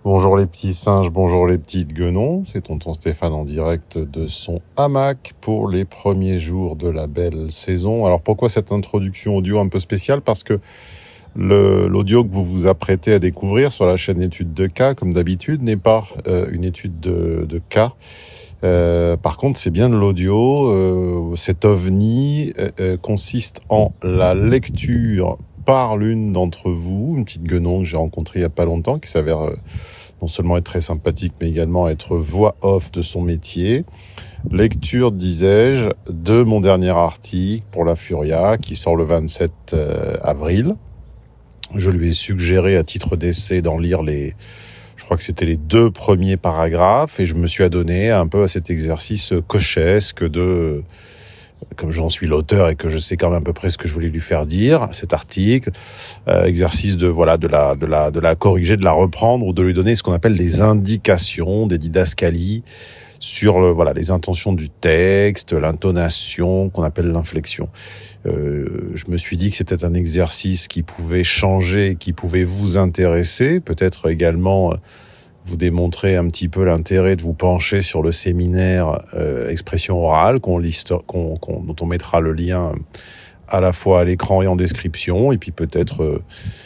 Bonjour les petits singes, bonjour les petites guenons, c'est tonton Stéphane en direct de son hamac pour les premiers jours de la belle saison. Alors pourquoi cette introduction audio un peu spéciale? Parce que l'audio que vous vous apprêtez à découvrir sur la chaîne Études de cas, comme d'habitude, n'est pas une étude de cas. Par contre, c'est bien de l'audio. Cet ovni consiste en la lecture par l'une d'entre vous, une petite guenon que j'ai rencontrée il y a pas longtemps, qui s'avère non seulement être très sympathique, mais également être voix off de son métier. Lecture, disais-je, de mon dernier article pour La Furia, qui sort le 27 avril. Je lui ai suggéré à titre d'essai d'en lire je crois que c'était les 2 premiers paragraphes, et je me suis adonné un peu à cet exercice cochesque comme j'en suis l'auteur et que je sais quand même à peu près ce que je voulais lui faire dire, cet article, exercice de la corriger, de la reprendre ou de lui donner ce qu'on appelle des indications, des didascalies sur les intentions du texte, l'intonation qu'on appelle l'inflexion. Je me suis dit que c'était un exercice qui pouvait changer, qui pouvait vous intéresser, peut-être également vous démontrer un petit peu l'intérêt de vous pencher sur le séminaire expression orale dont on mettra le lien à la fois à l'écran et en description, et puis peut-être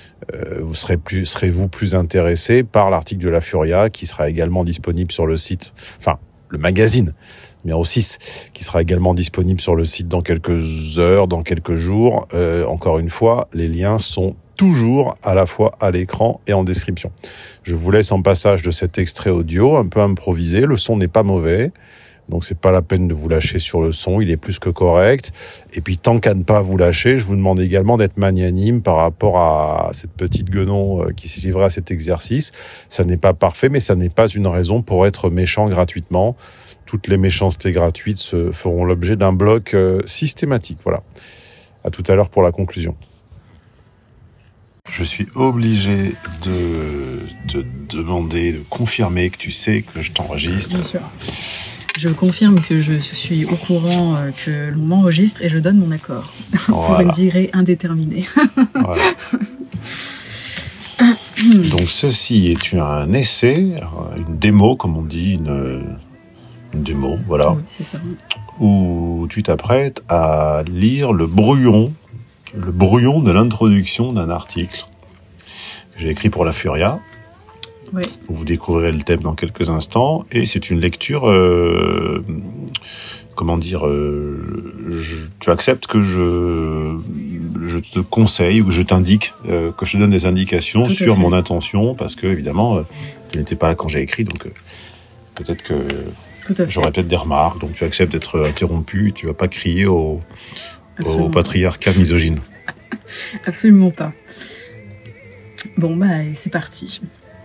serez-vous plus intéressé par l'article de La Furia qui sera également disponible sur le site, enfin le magazine numéro 6, qui sera également disponible sur le site dans quelques heures, dans quelques jours. Encore une fois, les liens sont toujours à la fois à l'écran et en description. Je vous laisse en passage de cet extrait audio, un peu improvisé. Le son n'est pas mauvais, donc c'est pas la peine de vous lâcher sur le son, il est plus que correct. Et puis tant qu'à ne pas vous lâcher, je vous demande également d'être magnanime par rapport à cette petite guenon qui s'est livrée à cet exercice. Ça n'est pas parfait, mais ça n'est pas une raison pour être méchant gratuitement. Toutes les méchancetés gratuites se feront l'objet d'un bloc systématique. Voilà. À tout à l'heure pour la conclusion. Je suis obligé de te demander, de confirmer que tu sais que je t'enregistre. Bien sûr. Je confirme que je suis au courant que l'on m'enregistre et je donne mon accord pour une durée indéterminée. Voilà. Donc ceci est un essai, une démo comme on dit, une démo, voilà. Oui, c'est ça. Où tu t'apprêtes à lire le brouillon de l'introduction d'un article que j'ai écrit pour La Furia. Oui. Vous découvrirez le thème dans quelques instants, et c'est une lecture, tu acceptes que je te conseille ou que je t'indique, que je te donne des indications sur mon intention, parce que évidemment, tu n'étais pas là quand j'ai écrit, donc peut-être que j'aurais peut-être des remarques, donc tu acceptes d'être interrompu, tu vas pas crier au patriarcat misogyne. Absolument pas. Bon, c'est parti.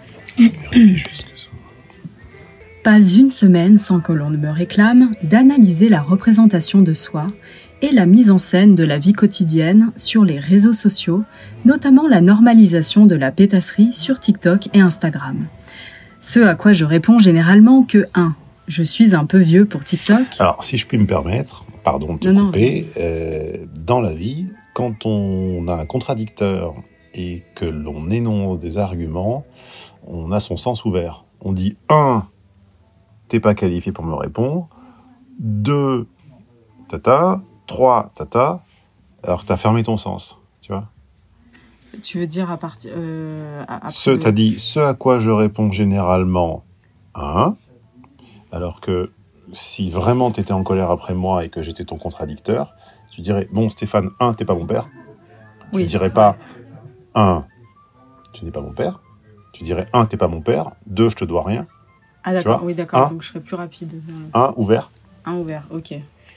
Pas une semaine sans que l'on ne me réclame d'analyser la représentation de soi et la mise en scène de la vie quotidienne sur les réseaux sociaux, notamment la normalisation de la pétasserie sur TikTok et Instagram. Ce à quoi je réponds généralement que 1. Je suis un peu vieux pour TikTok. Alors, si je puis me permettre, pardon de te couper, dans la vie, quand on a un contradicteur et que l'on énonce des arguments, on a son sens ouvert. On dit 1, t'es pas qualifié pour me répondre. 2, tata. 3, tata. Alors que t'as fermé ton sens, tu vois. Tu veux dire à partir... T'as dit ce à quoi je réponds généralement 1, alors que si vraiment t'étais en colère après moi et que j'étais ton contradicteur, tu dirais, bon Stéphane, 1, t'es pas mon père. Oui. Tu dirais pas 1, tu n'es pas mon père. Tu dirais 1, t'es pas mon père. 2, je te dois rien. Ah d'accord, oui d'accord, donc je serais plus rapide. 1, ouvert. 1, ouvert, ok.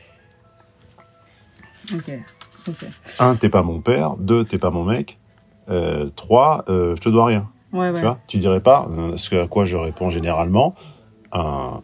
1, t'es pas mon père. 2, t'es pas mon mec. 3, je te dois rien. Ouais. Tu vois, tu dirais pas ce à quoi je réponds généralement. 1.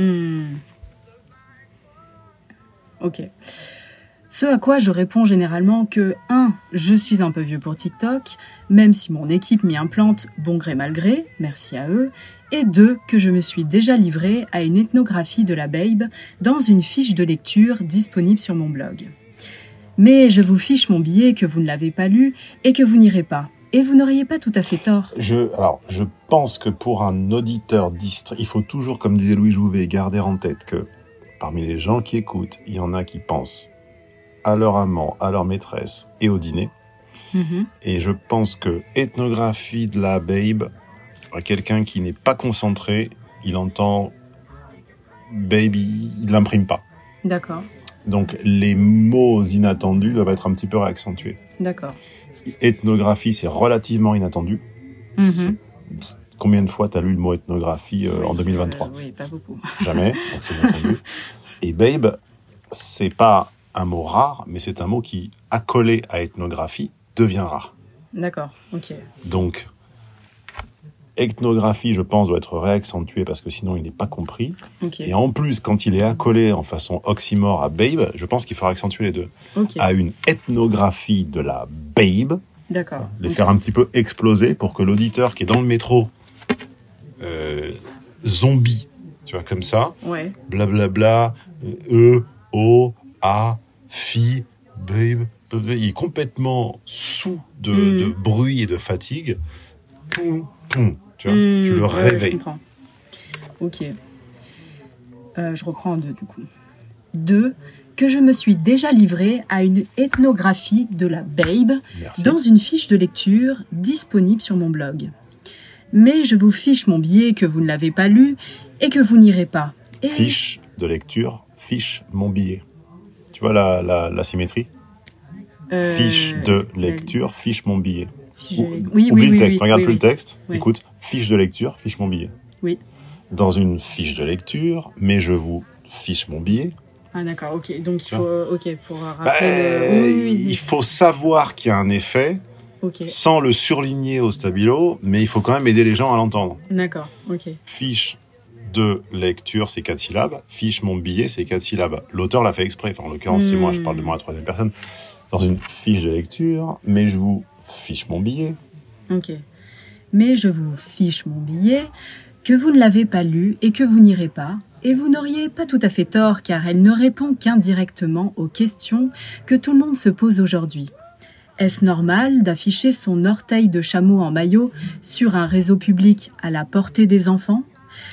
Ok. Ce à quoi je réponds généralement que 1. Je suis un peu vieux pour TikTok, même si mon équipe m'y implante bon gré mal gré, merci à eux, et 2. Que je me suis déjà livrée à une ethnographie de la Babe dans une fiche de lecture disponible sur mon blog. Mais je vous fiche mon billet que vous ne l'avez pas lu et que vous n'irez pas. Et vous n'auriez pas tout à fait tort. Je pense que pour un auditeur distrait, il faut toujours, comme disait Louis Jouvet, garder en tête que parmi les gens qui écoutent, il y en a qui pensent à leur amant, à leur maîtresse et au dîner. Et je pense que ethnographie de la babe, à quelqu'un qui n'est pas concentré, il entend babe, il l'imprime pas. D'accord. Donc les mots inattendus doivent être un petit peu réaccentués. D'accord. Ethnographie, c'est relativement inattendu. Combien de fois t'as lu le mot ethnographie en 2023 ? Oui, pas beaucoup. Jamais, donc c'est inattendu. Et babe, c'est pas un mot rare, mais c'est un mot qui, accolé à ethnographie, devient rare. D'accord, ok. Donc, ethnographie, je pense, doit être réaccentué parce que sinon il n'est pas compris. Okay. Et en plus, quand il est accolé en façon oxymore à babe, je pense qu'il faut accentuer les deux. Okay. À une ethnographie de la babe, d'accord. Les faire un petit peu exploser pour que l'auditeur qui est dans le métro, zombie, tu vois, comme ça, ouais. Blablabla, A, fi, babe, il est complètement sous de bruit et de fatigue. Poum, poum, tu vois, tu le réveilles. Je comprends. Ok. Je reprends 2 du coup. 2. Que je me suis déjà livrée à une ethnographie de la babe. Merci. Dans une fiche de lecture disponible sur mon blog. Mais je vous fiche mon billet que vous ne l'avez pas lu et que vous n'irez pas. Et... Fiche de lecture, fiche mon billet. Tu vois la symétrie ? Fiche de lecture, fiche mon billet. Oublie le texte, regarde plus le texte. Oui. Écoute, fiche de lecture, fiche mon billet. Oui. Dans une fiche de lecture, mais je vous fiche mon billet. Ah d'accord, ok. Donc il faut, pour rappeler. Il faut savoir qu'il y a un effet, sans le surligner au stabilo, mais il faut quand même aider les gens à l'entendre. D'accord, ok. Fiche de lecture, c'est 4 syllabes. Fiche mon billet, c'est 4 syllabes. L'auteur l'a fait exprès. Enfin, en l'occurrence, c'est moi, je parle de moi à la troisième personne. Dans une fiche de lecture, mais je vous fiche mon billet. Ok. Mais je vous fiche mon billet, que vous ne l'avez pas lu et que vous n'irez pas. Et vous n'auriez pas tout à fait tort, car elle ne répond qu'indirectement aux questions que tout le monde se pose aujourd'hui. Est-ce normal d'afficher son orteil de chameau en maillot sur un réseau public à la portée des enfants ?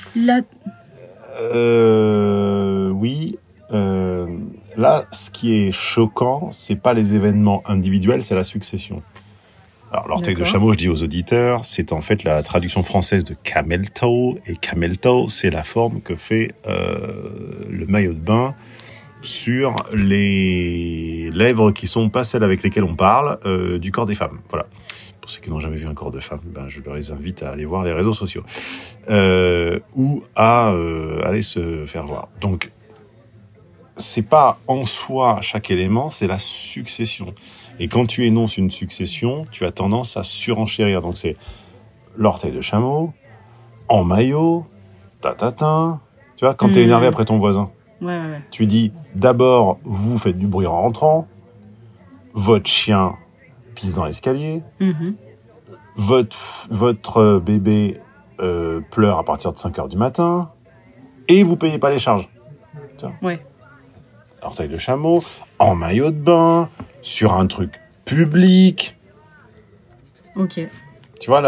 Oui. Là, ce qui est choquant, c'est pas les événements individuels, c'est la succession. Alors, l'orteil de chameau, je dis aux auditeurs, c'est en fait la traduction française de camel toe, et camel toe, c'est la forme que fait le maillot de bain sur les lèvres qui sont pas celles avec lesquelles on parle du corps des femmes. Voilà. Pour ceux qui n'ont jamais vu un corps de femme, je leur invite à aller voir les réseaux sociaux ou à aller se faire voir. Donc, c'est pas en soi chaque élément, c'est la succession. Et quand tu énonces une succession, tu as tendance à surenchérir. Donc c'est l'orteil de chameau, en maillot, ta-ta-ta. Tu vois, quand t'es énervé après ton voisin, tu dis d'abord, vous faites du bruit en rentrant, votre chien pisse dans l'escalier, votre bébé pleure à partir de 5h du matin, et vous payez pas les charges. Tu vois ? Ouais. Orteil de chameau, en maillot de bain, sur un truc public. Ok. Tu vois,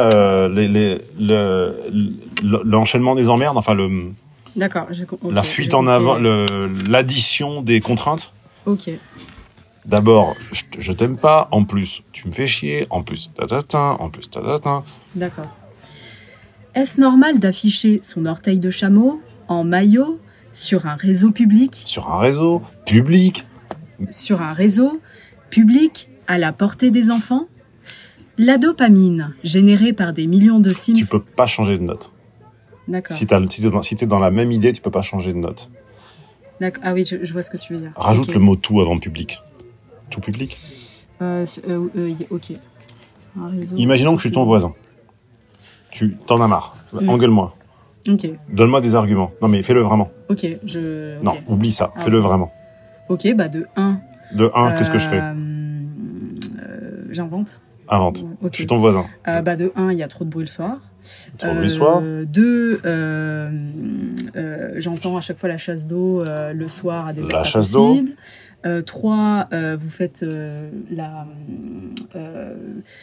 l'enchaînement des emmerdes, enfin D'accord. La fuite en avant, l'addition des contraintes. Ok. D'abord, je t'aime pas, en plus, tu me fais chier, en plus, en plus, D'accord. Est-ce normal d'afficher son orteil de chameau en maillot sur un réseau public ? Sur un réseau public. Sur un réseau public à la portée des enfants ? La dopamine, générée par des millions de Sims... Tu peux pas changer de note. D'accord. Si t'es dans la même idée, tu peux pas changer de note. D'accord. Ah oui, je vois ce que tu veux dire. Rajoute le mot tout avant public. Tout public ? Ok. Un réseau... Imaginons que je suis ton voisin. Tu t'en as marre. Engueule-moi. Ok. Donne-moi des arguments. Non, mais fais-le vraiment. Ok, Non, oublie ça. Fais-le vraiment. Ok, de 1. De 1, qu'est-ce que je fais ? J'invente. Invente. Okay. Je suis ton voisin. De 1, il y a trop de bruit le soir. Trop de bruit le soir. 2, j'entends à chaque fois la chasse d'eau le soir à des heures pas possibles. 3, vous faites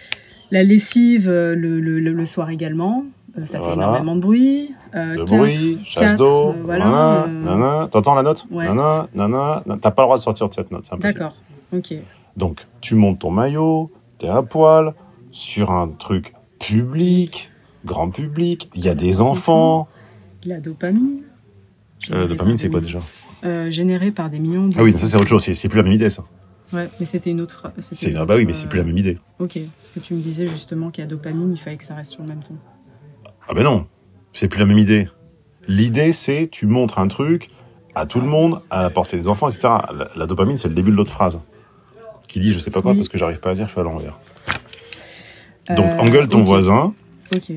La lessive, le soir également. Ça fait énormément de bruit. Chasse d'eau, voilà. T'entends la note? Ouais. T'as pas le droit de sortir de cette note, c'est impossible. D'accord, ok. Donc, tu montes ton maillot, t'es à poil, sur un truc public, grand public, il y a des enfants. La dopamine. Dopamine, c'est quoi déjà? Générée par des millions de... Ah oui, ça c'est autre chose, c'est plus la même idée, ça. Ouais, mais c'était une autre... Bah oui, mais c'est plus la même idée. Ok, parce que tu me disais justement qu'il y a dopamine, il fallait que ça reste sur le même ton. Ah ben non, c'est plus la même idée. L'idée, c'est tu montres un truc à tout le monde, à la portée des enfants, etc. La dopamine, c'est le début de l'autre phrase. Qui dit je sais pas quoi, parce que j'arrive pas à dire, je suis à l'envers. Donc, engueule ton voisin. Ok.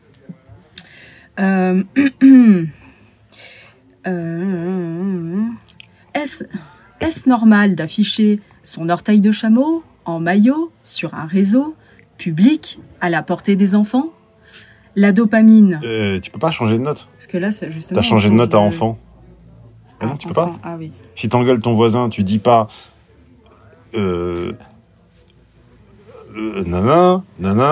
Est-ce normal d'afficher son orteil de chameau en maillot sur un réseau public à la portée des enfants? La dopamine. Tu peux pas changer de note. Parce que là, c'est justement. T'as changé de note à enfant. Ah non, tu peux pas. Ah oui. Si t'engueules ton voisin, tu dis pas. Nana,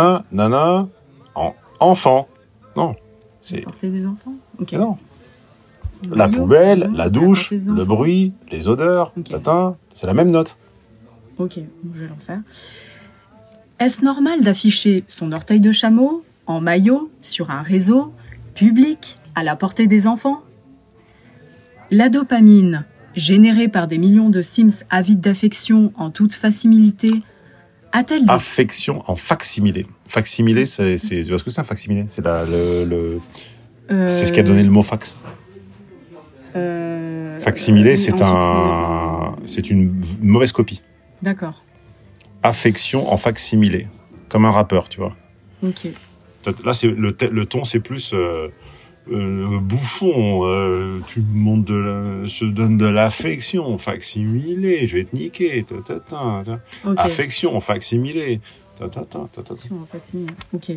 enfant. Non. C'est. La portée des enfants. Ok. Non. La poubelle, la douche, le bruit, les odeurs, c'est la même note. Ok, je vais l'en faire. Est-ce normal d'afficher son orteil de chameau en maillot sur un réseau public à la portée des enfants? La dopamine, générée par des millions de Sims avides d'affection en toute facsimilité, a-t-elle... Affection en facsimilé. Facsimilé, tu vois ce que c'est un facsimilé? C'est c'est ce qui a donné le mot fax. Facsimilé, c'est une mauvaise copie. D'accord. Affection en facsimilé, comme un rappeur, tu vois. Ok. Là, le ton, c'est plus bouffon. Tu me montres je te donne de l'affection, facsimilé, je vais te niquer. Okay. Affection, facsimilé. Ok.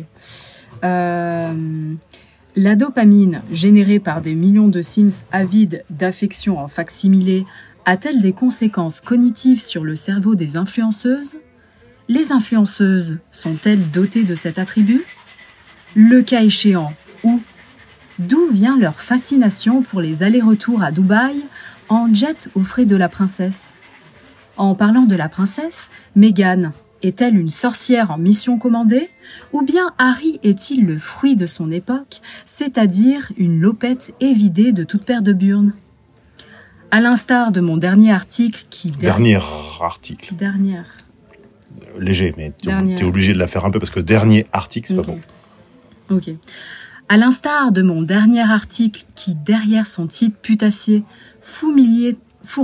La dopamine, générée par des millions de Sims avides d'affection en facsimilé, a-t-elle des conséquences cognitives sur le cerveau des influenceuses? Les influenceuses sont-elles dotées de cet attribut? Le cas échéant, où? D'où vient leur fascination pour les allers-retours à Dubaï en jet aux frais de la princesse? En parlant de la princesse, Meghan est-elle une sorcière en mission commandée? Ou bien Harry est-il le fruit de son époque, c'est-à-dire une lopette évidée de toute paire de burnes? À l'instar de mon dernier article qui... Dernière. Léger, mais t'es obligé de la faire un peu parce que dernier article, c'est pas bon. Ok. À l'instar de mon dernier article qui, derrière son titre putassier, fourmilier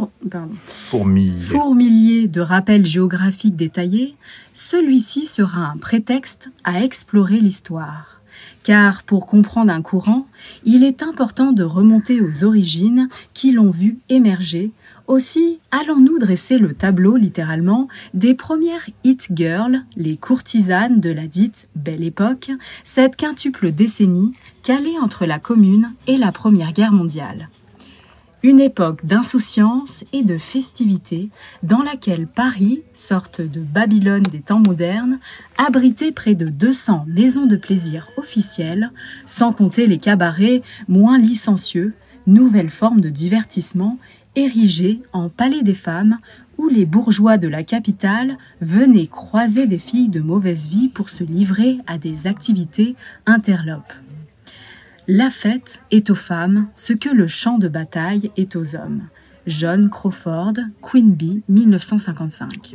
de rappels géographiques détaillés, celui-ci sera un prétexte à explorer l'histoire. Car pour comprendre un courant, il est important de remonter aux origines qui l'ont vu émerger. Aussi, allons-nous dresser le tableau, littéralement, des premières hit girls, les courtisanes de la dite Belle Époque, cette quintuple décennie calée entre la Commune et la Première Guerre mondiale. Une époque d'insouciance et de festivité dans laquelle Paris, sorte de Babylone des temps modernes, abritait près de 200 maisons de plaisir officielles, sans compter les cabarets moins licencieux, nouvelle forme de divertissement érigée en palais des femmes où les bourgeois de la capitale venaient croiser des filles de mauvaise vie pour se livrer à des activités interlopes. La fête est aux femmes ce que le champ de bataille est aux hommes. John Crawford, Queen Bee, 1955.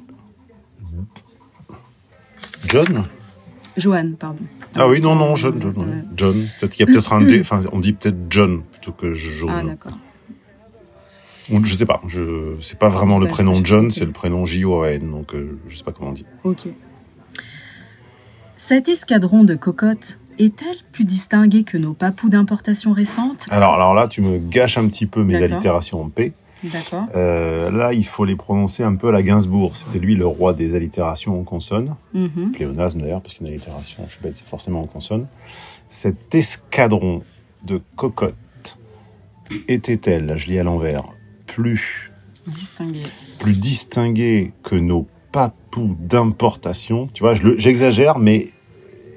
Joanne, pardon. Ah oui, non, John. John. Peut-être qu'il y a peut-être un D. Enfin, on dit peut-être John plutôt que John. Ah, d'accord. Je sais pas. C'est pas vraiment le prénom John, c'est le prénom J-O-N. Donc, je sais pas comment on dit. Ok. Cet escadron de cocottes est-elle plus distinguée que nos papous d'importation récentes? Alors là, tu me gâches un petit peu mes allitérations en P. D'accord. Là, il faut les prononcer un peu à la Gainsbourg. C'était lui le roi des allitérations en consonne. Pléonasme d'ailleurs, parce qu'une allitération, je suis bête, c'est forcément en consonne. Cet escadron de cocottes était-elle, là je lis à l'envers, plus distingué que nos papous d'importation? Tu vois, j'exagère, mais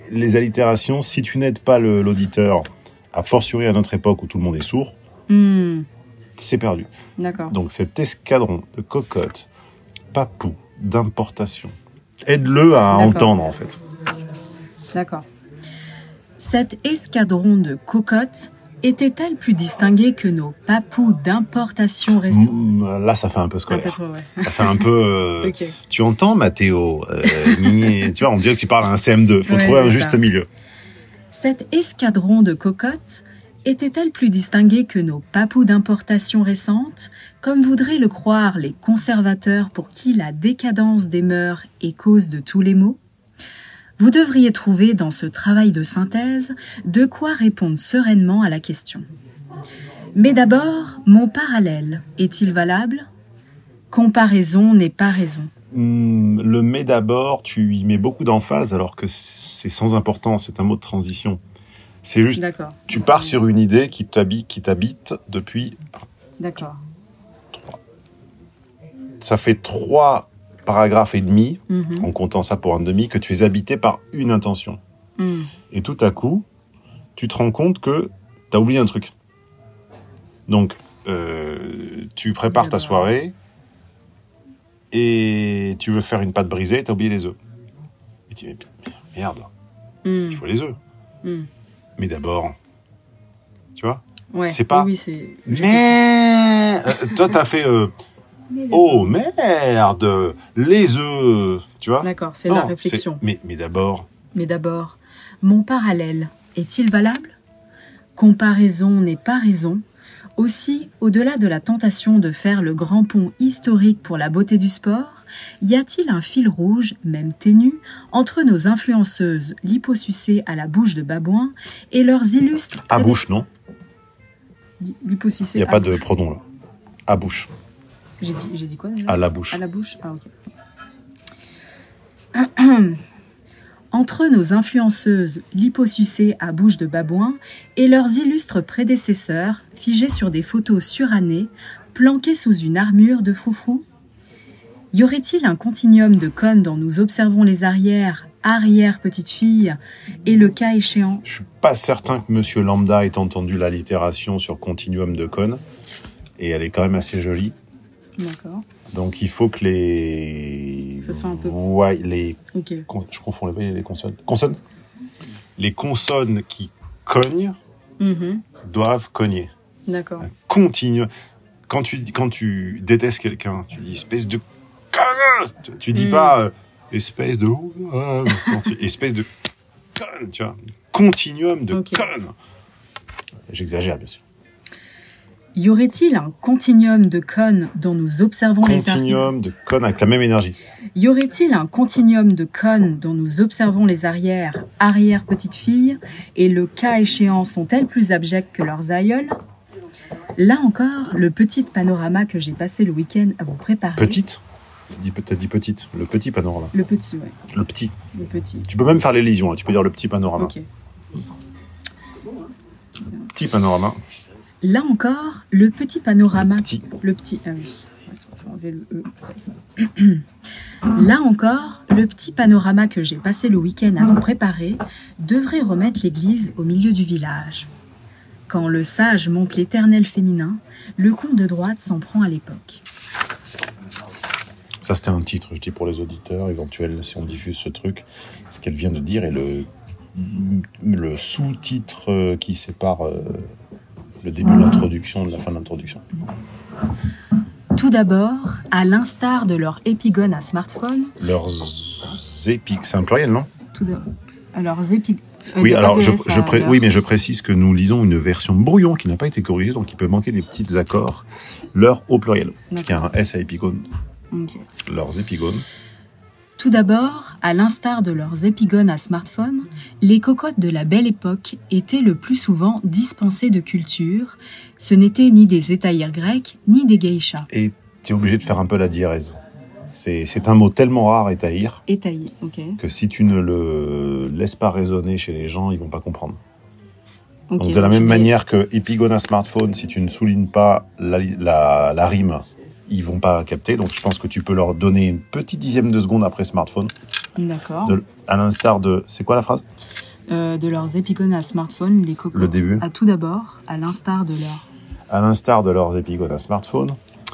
les allitérations, si tu n'aides pas l'auditeur, a fortiori à notre époque où tout le monde est sourd, c'est perdu. D'accord. Donc cet escadron de cocottes, papous, d'importation, aide-le à entendre en fait. D'accord. Cet escadron de cocottes était-elle plus distinguée que nos papous d'importation récente? Là, ça fait un peu scolaire. Un peu trop, ouais. Ça fait un peu... Okay. Tu entends, Mathéo tu vois, on dirait que tu parles à un CM2. Faut trouver un juste milieu. Cet escadron de cocottes était-elle plus distinguée que nos papous d'importation récente, comme voudraient le croire les conservateurs pour qui la décadence des mœurs est cause de tous les maux? Vous devriez trouver dans ce travail de synthèse de quoi répondre sereinement à la question. Mais d'abord, mon parallèle est-il valable? Comparaison n'est pas raison. Le mais d'abord, tu y mets beaucoup d'emphase alors que c'est sans importance, c'est un mot de transition. C'est juste, tu pars sur une idée qui t'habite depuis... D'accord. 3. Ça fait 3 paragraphes et demi, en comptant ça pour un demi, que tu es habité par une intention. Et tout à coup, tu te rends compte que tu as oublié un truc. Donc, tu prépares ta soirée et tu veux faire une pâte brisée et tu as oublié les œufs. Et tu dis, merde, il faut les œufs. Mais d'abord, tu vois, c'est pas... Oui, c'est... Mais toi, t'as fait... oh merde, les œufs, tu vois. D'accord, c'est la réflexion. Mais d'abord... Mais d'abord, mon parallèle est-il valable? Comparaison n'est pas raison. Aussi, au-delà de la tentation de faire le grand pont historique pour la beauté du sport, y a-t-il un fil rouge, même ténu, entre nos influenceuses liposucées à la bouche de babouin et leurs illustres... À bouche, non? Liposucées. Il n'y a pas de pronom là. À bouche. J'ai dit quoi déjà? À la bouche. À la bouche? Ah, ok. Entre nos influenceuses liposucées à bouche de babouin et leurs illustres prédécesseurs figés sur des photos surannées, planqués sous une armure de froufrou? Y aurait-il un continuum de connes dont nous observons les arrière-petites-filles et le cas échéant? Je suis pas certain que Monsieur Lambda ait entendu l'allitération sur continuum de connes, et elle est quand même assez jolie. D'accord. Donc il faut que les... Ça soit un peu... les... Okay. Je confonds les consonnes. Consonnes. Les consonnes qui cognent doivent cogner. D'accord. Continue. Quand tu détestes quelqu'un, tu dis espèce de connasse. Tu dis pas espèce de espèce de conne, tu vois. Continuum de conne. J'exagère bien sûr. Y aurait-il un continuum de connes dont nous observons les arrières? Continuum de connes avec la même énergie. Y aurait-il un continuum de connes dont nous observons les arrière-petites-filles et le cas échéant sont-elles plus abjectes que leurs aïeules? Là encore, le petit panorama que j'ai passé le week-end à vous préparer... Petite? T'as dit petite. Le petit panorama. Le petit, ouais. Le petit. Le petit. Tu peux même faire l'élision, là. Tu peux dire le petit panorama. Ok. Petit panorama. Là encore, le petit panorama... Le petit. Ah oui. Je vais enlever le E. Là encore, le petit panorama que j'ai passé le week-end à vous préparer devrait remettre l'église au milieu du village. Quand le sage monte l'éternel féminin, le comte de droite s'en prend à l'époque. Ça, c'était un titre, je dis pour les auditeurs éventuels, si on diffuse ce truc. Ce qu'elle vient de dire est le sous-titre qui sépare le début de l'introduction de la fin de l'introduction. Tout d'abord, à l'instar de leur épigone à smartphone... Leurs épiques, c'est un pluriel, non? Leurs épigones... Oui, alors oui, mais je précise que nous lisons une version brouillon qui n'a pas été corrigée, donc il peut manquer des petits accords. Leur au pluriel, parce qu'il y a un S à épigone. Okay. Leurs épigones. Tout d'abord, à l'instar de leurs épigones à smartphone, les cocottes de la belle époque étaient le plus souvent dispensées de culture. Ce n'étaient ni des étahirs grecs, ni des geishas. Et tu es obligé de faire un peu la diérèse. C'est un mot tellement rare, étahir, que si tu ne le laisses pas résonner chez les gens, ils vont pas comprendre. Donc de la même manière que épigone à smartphone, si tu ne soulignes pas la rime, ils vont pas capter. Donc je pense que tu peux leur donner une petite dixième de seconde après smartphone D'accord. À l'instar de... C'est quoi la phrase ? De leurs épigones à smartphone, les cocottes. Le début. À tout d'abord, à l'instar de leurs épigones à smartphone.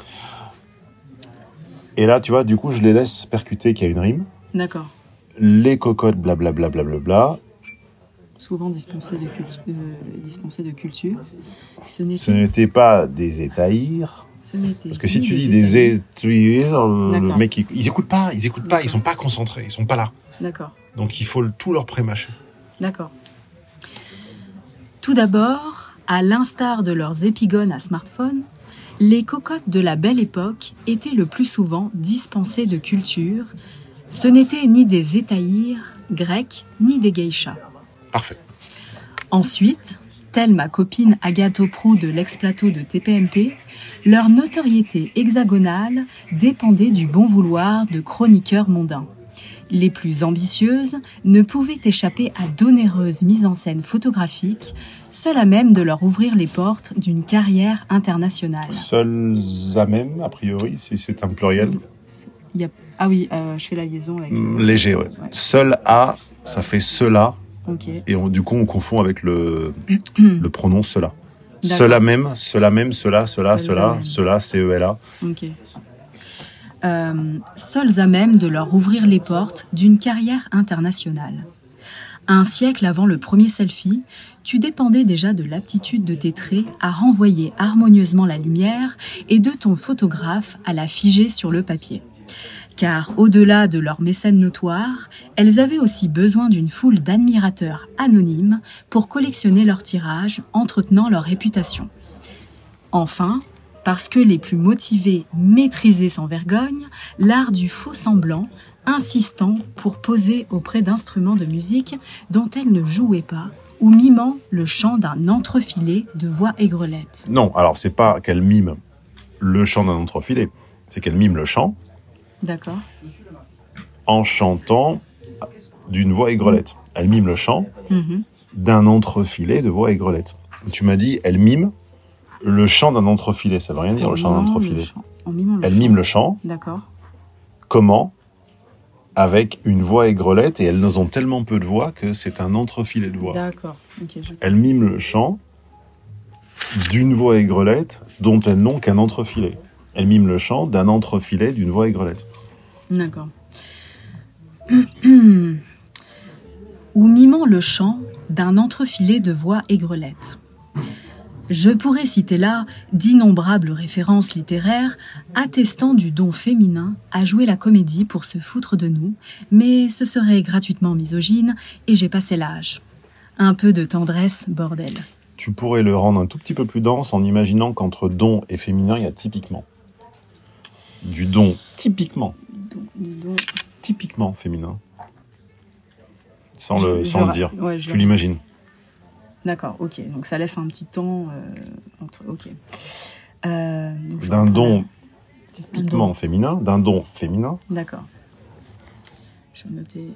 Et là, tu vois, du coup, je les laisse percuter qu'il y a une rime. D'accord. Les cocottes, blablabla, blablabla. Souvent dispensées de culture. Ce n'était pas des étahirs. Parce que si tu dis des étahirs, le mec, ils écoutent pas, ils sont pas concentrés, ils sont pas là. D'accord. Donc il faut tout leur prémâcher. D'accord. Tout d'abord, à l'instar de leurs épigones à smartphone, les cocottes de la belle époque étaient le plus souvent dispensées de culture. Ce n'étaient ni des étahirs grecs, ni des geishas. Parfait. Ensuite, telle ma copine Agathe Auproux de l'ex-plateau de TPMP, leur notoriété hexagonale dépendait du bon vouloir de chroniqueurs mondains. Les plus ambitieuses ne pouvaient échapper à d'onéreuses mises en scène photographiques, seules à même de leur ouvrir les portes d'une carrière internationale. Seules à même, a priori, si c'est un pluriel. Ah oui, je fais la liaison avec... Léger, ouais. Seul à, ça fait cela. Okay. Et du coup, on confond avec le pronom cela. D'accord. Cela même, cela, CELA. Ok. Seuls à même de leur ouvrir les portes d'une carrière internationale. Un siècle avant le premier selfie, tu dépendais déjà de l'aptitude de tes traits à renvoyer harmonieusement la lumière et de ton photographe à la figer sur le papier. Car au-delà de leurs mécènes notoires, elles avaient aussi besoin d'une foule d'admirateurs anonymes pour collectionner leurs tirages, entretenant leur réputation. Enfin, parce que les plus motivés maîtrisaient sans vergogne l'art du faux semblant, insistant pour poser auprès d'instruments de musique dont elles ne jouaient pas, ou mimant le chant d'un entrefilet de voix aigrelette. Non, alors c'est pas qu'elle mime le chant d'un entrefilet, c'est qu'elle mime le chant. D'accord. En chantant d'une voix aigrelette. Elle mime le chant d'un entrefilet de voix aigrelette. Tu m'as dit, elle mime le chant d'un entrefilet. Ça veut rien dire, le chant d'un entrefilet. Elle mime le chant. D'accord. Comment ? Avec une voix aigrelette, et elles ont tellement peu de voix que c'est un entrefilet de voix. D'accord. Okay, elle mime le chant d'une voix aigrelette dont elles n'ont qu'un entrefilet. Elle mime le chant d'un entrefilet d'une voix aigrelette. D'accord. Ou mimant le chant d'un entrefilet de voix aigrelette. Je pourrais citer là d'innombrables références littéraires attestant du don féminin à jouer la comédie pour se foutre de nous, mais ce serait gratuitement misogyne et j'ai passé l'âge. Un peu de tendresse, bordel. Tu pourrais le rendre un tout petit peu plus dense en imaginant qu'entre don et féminin, il y a typiquement. Du don typiquement. Typiquement féminin. Sans le dire. Ouais, tu l'imagines. D'accord, ok. Donc ça laisse un petit temps entre... Ok. D'un don typiquement féminin, d'un don féminin. D'accord. Je vais noter...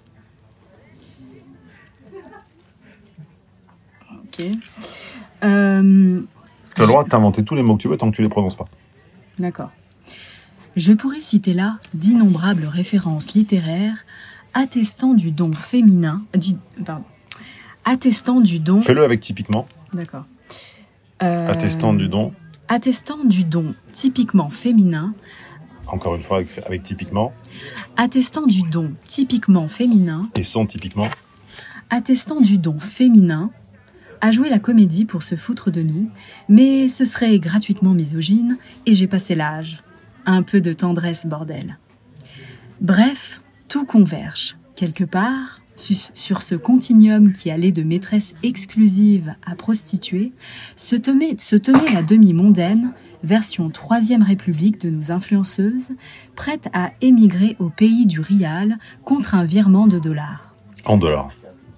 Ok. Tu as le droit de t'inventer tous les mots que tu veux tant que tu les prononces pas. D'accord. Je pourrais citer là d'innombrables références littéraires attestant du don féminin... Attestant du don... Fais-le avec typiquement. D'accord. Attestant du don. Attestant du don typiquement féminin. Encore une fois, avec typiquement. Attestant du don typiquement féminin. Et sans typiquement. Attestant du don féminin à jouer la comédie pour se foutre de nous, mais ce serait gratuitement misogyne et j'ai passé l'âge. Un peu de tendresse, bordel. Bref, tout converge. Quelque part, sur ce continuum qui allait de maîtresse exclusive à prostituée, se tenait la demi-mondaine, version 3e République de nos influenceuses, prête à émigrer au pays du rial contre un virement de dollars. En dollars.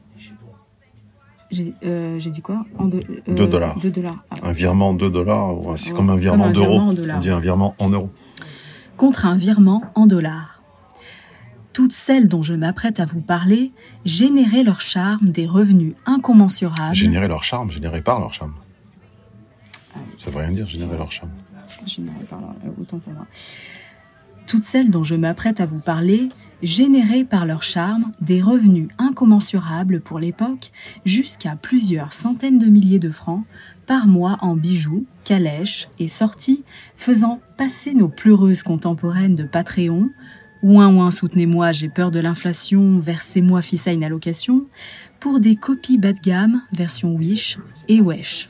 J'ai dit quoi? 2 dollars. 2 dollars. Ah. Un virement 2 dollars, c'est comme un virement d'euros. On dit un virement en euros. Contre un virement en dollars. Toutes celles dont je m'apprête à vous parler généraient leur charme des revenus incommensurables. Générer leur charme, générer par leur charme. Ça veut rien dire, générer leur charme. Générer par leur... autant pour moi. Toutes celles dont je m'apprête à vous parler généraient par leur charme des revenus incommensurables pour l'époque, jusqu'à plusieurs centaines de milliers de francs par mois en bijoux, calèches et sorties, faisant passer nos pleureuses contemporaines de Patreon, ouin soutenez-moi, j'ai peur de l'inflation, versez-moi fils à une allocation, pour des copies bas de gamme, version Wish et Wesh.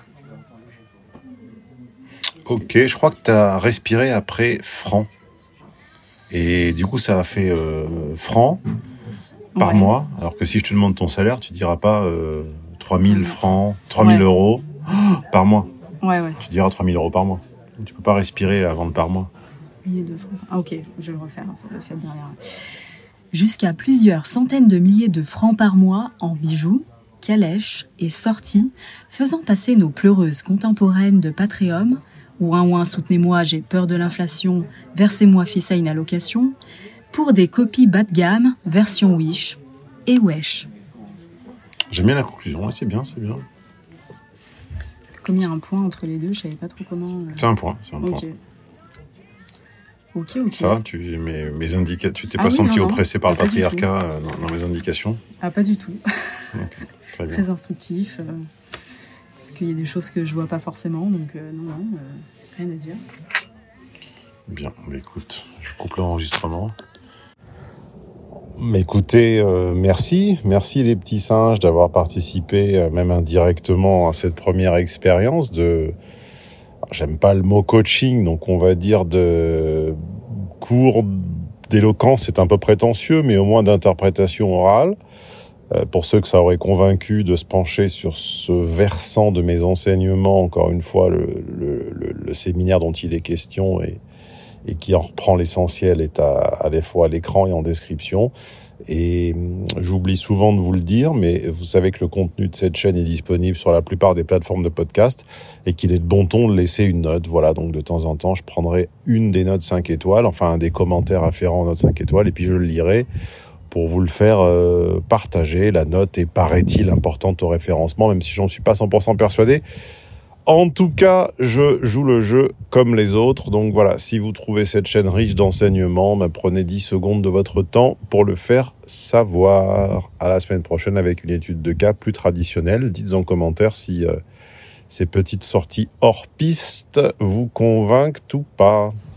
Ok, je crois que tu as respiré après franc. Et du coup, ça a fait francs par mois. Alors que si je te demande ton salaire, tu diras pas 3000 francs, 3000 euros par mois. Ouais. Tu diras 3000 euros par mois. Tu peux pas respirer avant de par mois. Milliers de francs. Ah ok, je vais le refaire, cette dernière. Jusqu'à plusieurs centaines de milliers de francs par mois en bijoux, calèches et sorties, faisant passer nos pleureuses contemporaines de Patreon, ouin soutenez-moi, j'ai peur de l'inflation, versez-moi fils à une allocation, pour des copies bas de gamme, version Wish et Wesh. J'aime bien la conclusion, c'est bien. Parce que comme il y a un point entre les deux, je savais pas trop comment... C'est un point. Ok. Ça, mes indications. Tu t'es pas senti oppressé par le patriarcat dans mes indications? Ah, pas du tout. Okay, très bien. Très instructif. Parce qu'il y a des choses que je vois pas forcément, donc non, rien à dire. Bien, mais écoute, je coupe l'enregistrement. Mais écoutez, merci les petits singes d'avoir participé, même indirectement, à cette première expérience de... J'aime pas le mot coaching, donc on va dire de cours d'éloquence, c'est un peu prétentieux, mais au moins d'interprétation orale. Pour ceux que ça aurait convaincu de se pencher sur ce versant de mes enseignements, encore une fois, le séminaire dont il est question et qui en reprend l'essentiel est à la fois à l'écran et en description. Et j'oublie souvent de vous le dire, mais vous savez que le contenu de cette chaîne est disponible sur la plupart des plateformes de podcast et qu'il est de bon ton de laisser une note. Voilà, donc de temps en temps, je prendrai une des notes 5 étoiles, enfin un des commentaires afférents aux notes 5 étoiles, et puis je le lirai pour vous le faire partager. La note est, paraît-il, importante au référencement, même si j'en suis pas 100% persuadé. En tout cas, je joue le jeu comme les autres. Donc voilà, si vous trouvez cette chaîne riche d'enseignements, prenez 10 secondes de votre temps pour le faire savoir. À la semaine prochaine avec une étude de cas plus traditionnelle. Dites en commentaire si ces petites sorties hors piste vous convainquent ou pas.